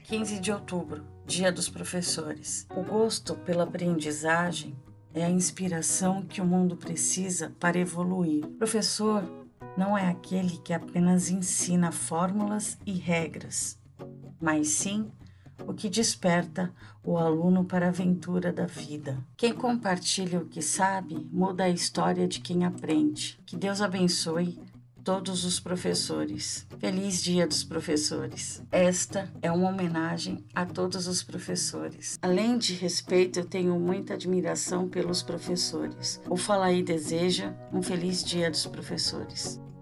15 de outubro, Dia dos Professores. O gosto pela aprendizagem é a inspiração que o mundo precisa para evoluir. Professor não é aquele que apenas ensina fórmulas e regras, mas sim o que desperta o aluno para a aventura da vida. Quem compartilha o que sabe muda a história de quem aprende. Que Deus abençoe todos os professores. Feliz Dia dos Professores. Esta é uma homenagem a todos os professores. Além de respeito, eu tenho muita admiração pelos professores. O Fala Aí deseja um feliz Dia dos Professores.